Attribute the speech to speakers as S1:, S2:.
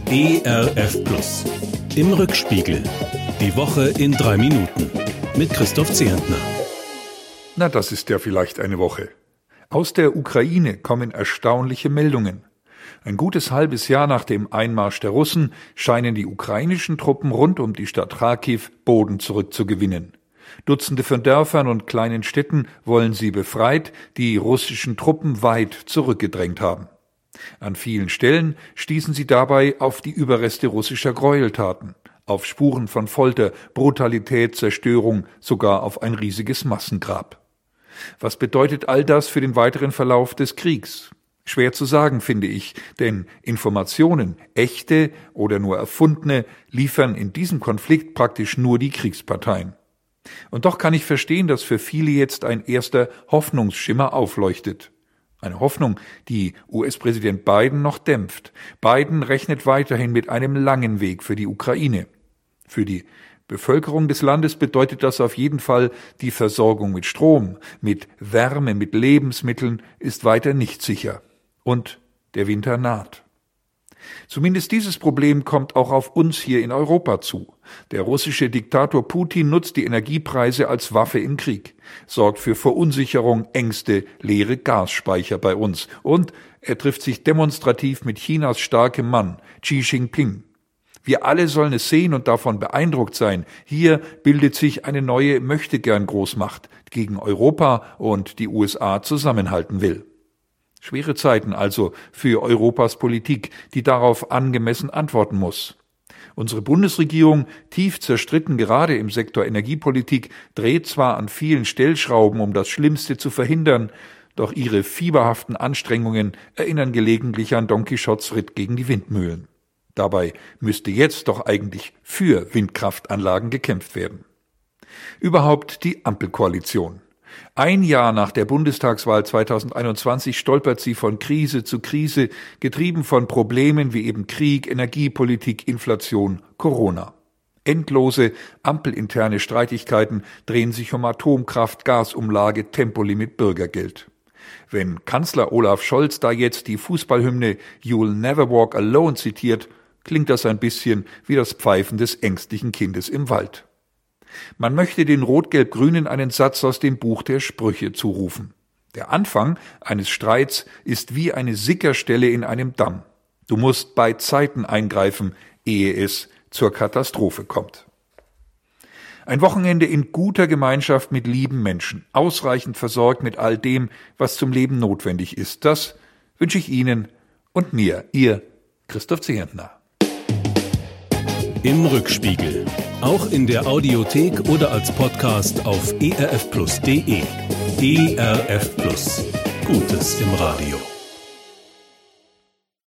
S1: ERF Plus. Im Rückspiegel. Die Woche in 3 Minuten. Mit Christoph Zehentner.
S2: Na, das ist ja vielleicht eine Woche. Aus der Ukraine kommen erstaunliche Meldungen. Ein gutes halbes Jahr nach dem Einmarsch der Russen scheinen die ukrainischen Truppen rund um die Stadt Charkiw Boden zurückzugewinnen. Dutzende von Dörfern und kleinen Städten wollen sie befreit, die russischen Truppen weit zurückgedrängt haben. An vielen Stellen stießen sie dabei auf die Überreste russischer Gräueltaten, auf Spuren von Folter, Brutalität, Zerstörung, sogar auf ein riesiges Massengrab. Was bedeutet all das für den weiteren Verlauf des Kriegs? Schwer zu sagen, finde ich, denn Informationen, echte oder nur erfundene, liefern in diesem Konflikt praktisch nur die Kriegsparteien. Und doch kann ich verstehen, dass für viele jetzt ein erster Hoffnungsschimmer aufleuchtet. Eine Hoffnung, die US-Präsident Biden noch dämpft. Biden rechnet weiterhin mit einem langen Weg für die Ukraine. Für die Bevölkerung des Landes bedeutet das auf jeden Fall, die Versorgung mit Strom, mit Wärme, mit Lebensmitteln ist weiter nicht sicher. Und der Winter naht. Zumindest dieses Problem kommt auch auf uns hier in Europa zu. Der russische Diktator Putin nutzt die Energiepreise als Waffe im Krieg, sorgt für Verunsicherung, Ängste, leere Gasspeicher bei uns und er trifft sich demonstrativ mit Chinas starkem Mann, Xi Jinping. Wir alle sollen es sehen und davon beeindruckt sein. Hier bildet sich eine neue Möchtegern-Großmacht, die gegen Europa und die USA zusammenhalten will. Schwere Zeiten also für Europas Politik, die darauf angemessen antworten muss. Unsere Bundesregierung, tief zerstritten gerade im Sektor Energiepolitik, dreht zwar an vielen Stellschrauben, um das Schlimmste zu verhindern, doch ihre fieberhaften Anstrengungen erinnern gelegentlich an Don Quixotes Ritt gegen die Windmühlen. Dabei müsste jetzt doch eigentlich für Windkraftanlagen gekämpft werden. Überhaupt die Ampelkoalition. Ein Jahr nach der Bundestagswahl 2021 stolpert sie von Krise zu Krise, getrieben von Problemen wie eben Krieg, Energiepolitik, Inflation, Corona. Endlose ampelinterne Streitigkeiten drehen sich um Atomkraft, Gasumlage, Tempolimit, Bürgergeld. Wenn Kanzler Olaf Scholz da jetzt die Fußballhymne You'll Never Walk Alone zitiert, klingt das ein bisschen wie das Pfeifen des ängstlichen Kindes im Wald. Man möchte den Rot-Gelb-Grünen einen Satz aus dem Buch der Sprüche zurufen. Der Anfang eines Streits ist wie eine Sickerstelle in einem Damm. Du musst bei Zeiten eingreifen, ehe es zur Katastrophe kommt. Ein Wochenende in guter Gemeinschaft mit lieben Menschen, ausreichend versorgt mit all dem, was zum Leben notwendig ist. Das wünsche ich Ihnen und mir, Ihr Christoph Zehentner.
S1: Im Rückspiegel. Auch in der Audiothek oder als Podcast auf erfplus.de. ERF Plus. Gutes im Radio.